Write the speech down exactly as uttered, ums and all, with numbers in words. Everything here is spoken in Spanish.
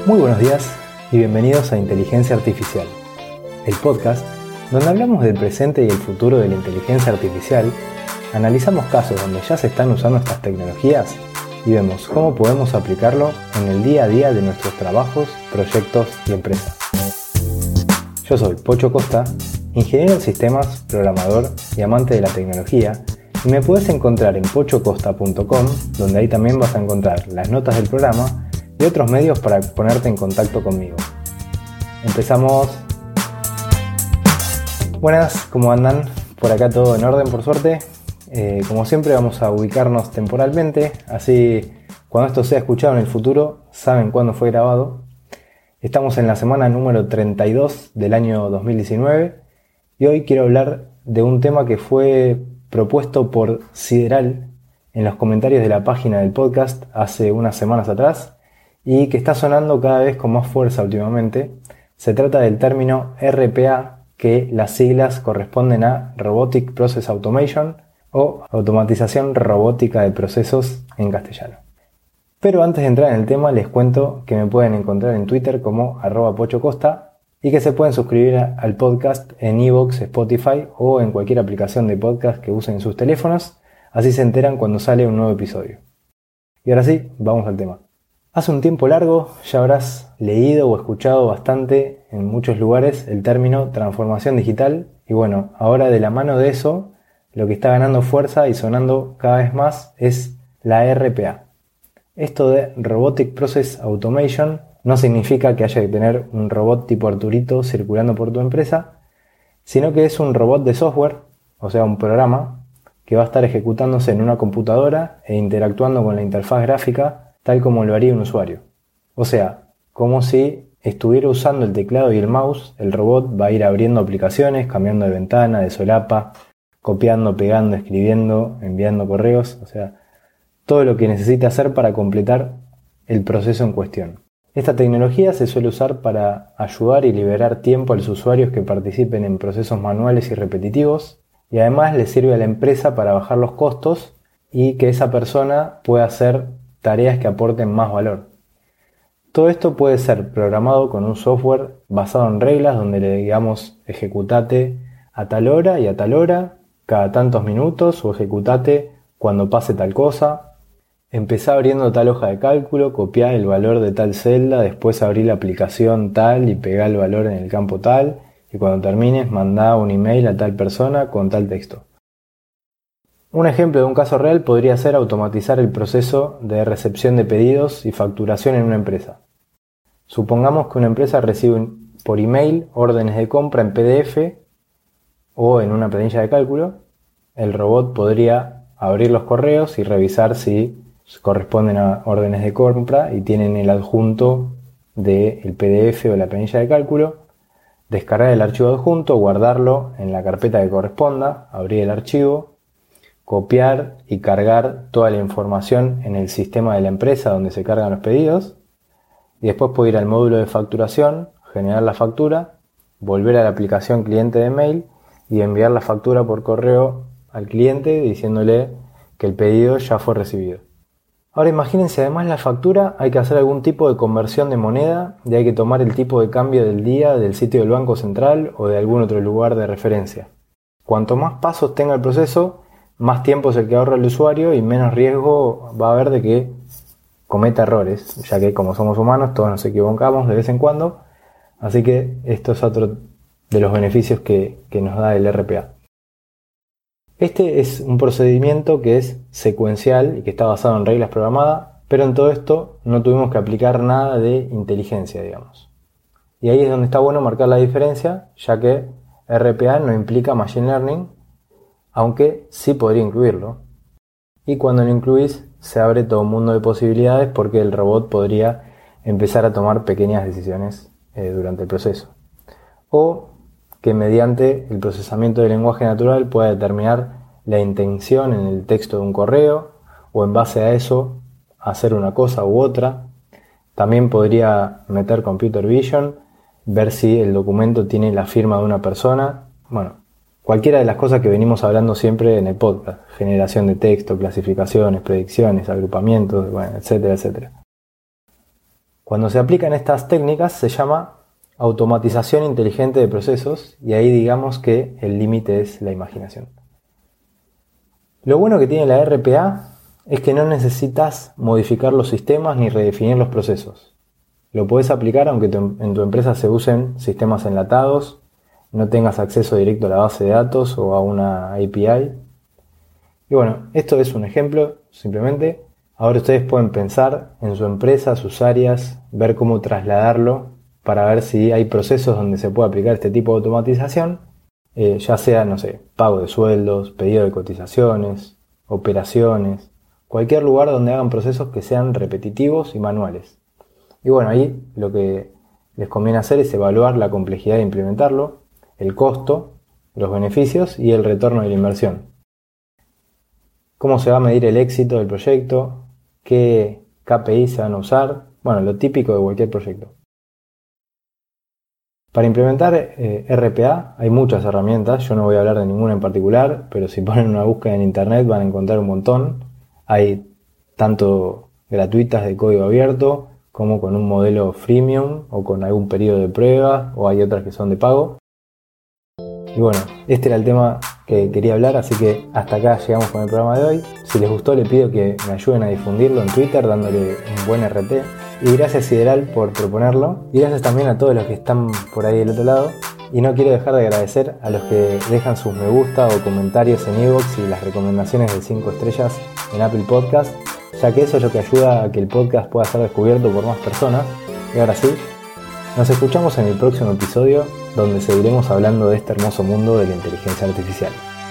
Muy buenos días y bienvenidos a Inteligencia Artificial, el podcast donde hablamos del presente y el futuro de la inteligencia artificial, analizamos casos donde ya se están usando estas tecnologías y vemos cómo podemos aplicarlo en el día a día de nuestros trabajos, proyectos y empresas. Yo soy Pocho Costa, ingeniero en sistemas, programador y amante de la tecnología, y me puedes encontrar en pocho costa punto com, donde ahí también vas a encontrar las notas del programa y otros medios para ponerte en contacto conmigo. Empezamos. Buenas, ¿cómo andan? Por acá todo en orden, por suerte. Eh, como siempre vamos a ubicarnos temporalmente, así cuando esto sea escuchado en el futuro, saben cuándo fue grabado. Estamos en la semana número treinta y dos del año dos mil diecinueve y hoy quiero hablar de un tema que fue propuesto por Sideral en los comentarios de la página del podcast hace unas semanas atrás y que está sonando cada vez con más fuerza últimamente. Se trata del término R P A, que las siglas corresponden a Robotic Process Automation o automatización robótica de procesos en castellano. Pero antes de entrar en el tema les cuento que me pueden encontrar en Twitter como arroba pochocosta y que se pueden suscribir al podcast en iVoox, Spotify o en cualquier aplicación de podcast que usen en sus teléfonos, así se enteran cuando sale un nuevo episodio. Y ahora sí, vamos al tema. Hace un tiempo largo ya habrás leído o escuchado bastante en muchos lugares el término transformación digital y bueno, ahora de la mano de eso, lo que está ganando fuerza y sonando cada vez más es la R P A. Esto de Robotic Process Automation no significa que haya que tener un robot tipo Arturito circulando por tu empresa, sino que es un robot de software, o sea un programa, que va a estar ejecutándose en una computadora e interactuando con la interfaz gráfica tal como lo haría un usuario. O sea, como si estuviera usando el teclado y el mouse, el robot va a ir abriendo aplicaciones, cambiando de ventana, de solapa, copiando, pegando, escribiendo, enviando correos, o sea, todo lo que necesita hacer para completar el proceso en cuestión. Esta tecnología se suele usar para ayudar y liberar tiempo a los usuarios que participen en procesos manuales y repetitivos y además le sirve a la empresa para bajar los costos y que esa persona pueda hacer tareas que aporten más valor. Todo esto puede ser programado con un software basado en reglas donde le digamos ejecutate a tal hora y a tal hora, cada tantos minutos, o ejecutate cuando pase tal cosa. Empezá abriendo tal hoja de cálculo, copiá el valor de tal celda, después abrí la aplicación tal y pegá el valor en el campo tal, y cuando termines mandá un email a tal persona con tal texto. Un ejemplo de un caso real podría ser automatizar el proceso de recepción de pedidos y facturación en una empresa. Supongamos que una empresa recibe por email órdenes de compra en P D F o en una planilla de cálculo. El robot podría abrir los correos y revisar si corresponden a órdenes de compra y tienen el adjunto del P D F o la planilla de cálculo, descargar el archivo adjunto, guardarlo en la carpeta que corresponda, abrir el archivo, copiar y cargar toda la información en el sistema de la empresa donde se cargan los pedidos y después puede ir al módulo de facturación, generar la factura, volver a la aplicación cliente de mail y enviar la factura por correo al cliente diciéndole que el pedido ya fue recibido. Ahora imagínense, además la factura hay que hacer algún tipo de conversión de moneda y hay que tomar el tipo de cambio del día del sitio del Banco Central o de algún otro lugar de referencia. Cuanto más pasos tenga el proceso, más tiempo es el que ahorra el usuario y menos riesgo va a haber de que cometa errores, ya que como somos humanos todos nos equivocamos de vez en cuando, así que esto es otro de los beneficios que, que nos da el R P A. Este es un procedimiento que es secuencial y que está basado en reglas programadas, pero en todo esto no tuvimos que aplicar nada de inteligencia, digamos. Y ahí es donde está bueno marcar la diferencia, ya que R P A no implica Machine Learning, aunque sí podría incluirlo. Y cuando lo incluís, se abre todo un mundo de posibilidades porque el robot podría empezar a tomar pequeñas decisiones eh, durante el proceso. O que mediante el procesamiento del lenguaje natural pueda determinar la intención en el texto de un correo o en base a eso hacer una cosa u otra. También podría meter computer vision, ver si el documento tiene la firma de una persona. Bueno, cualquiera de las cosas que venimos hablando siempre en el podcast. Generación de texto, clasificaciones, predicciones, agrupamientos, bueno, etcétera, etcétera. Cuando se aplican estas técnicas se llama automatización inteligente de procesos y ahí digamos que el límite es la imaginación. Lo bueno que tiene la R P A es que no necesitas modificar los sistemas ni redefinir los procesos. Lo podés aplicar aunque tu, en tu empresa se usen sistemas enlatados, no tengas acceso directo a la base de datos o a una A P I. Y bueno, esto es un ejemplo simplemente. Ahora ustedes pueden pensar en su empresa, sus áreas, ver cómo trasladarlo para ver si hay procesos donde se puede aplicar este tipo de automatización, eh, ya sea, no sé, pago de sueldos, pedido de cotizaciones, operaciones, cualquier lugar donde hagan procesos que sean repetitivos y manuales. Y bueno, ahí lo que les conviene hacer es evaluar la complejidad de implementarlo, el costo, los beneficios y el retorno de la inversión. ¿Cómo se va a medir el éxito del proyecto? ¿Qué K P I se van a usar? Bueno, lo típico de cualquier proyecto. Para implementar eh, R P A hay muchas herramientas, yo no voy a hablar de ninguna en particular, pero si ponen una búsqueda en internet van a encontrar un montón. Hay tanto gratuitas de código abierto como con un modelo freemium o con algún periodo de prueba, o hay otras que son de pago. Y bueno, este era el tema que quería hablar, así que hasta acá llegamos con el programa de hoy. Si les gustó les pido que me ayuden a difundirlo en Twitter dándole un buen R T. Y gracias Sideral por proponerlo. Y gracias también a todos los que están por ahí del otro lado. Y no quiero dejar de agradecer a los que dejan sus me gusta o comentarios en iVoox y las recomendaciones de cinco estrellas en Apple Podcast, ya que eso es lo que ayuda a que el podcast pueda ser descubierto por más personas. Y ahora sí, nos escuchamos en el próximo episodio, donde seguiremos hablando de este hermoso mundo de la inteligencia artificial.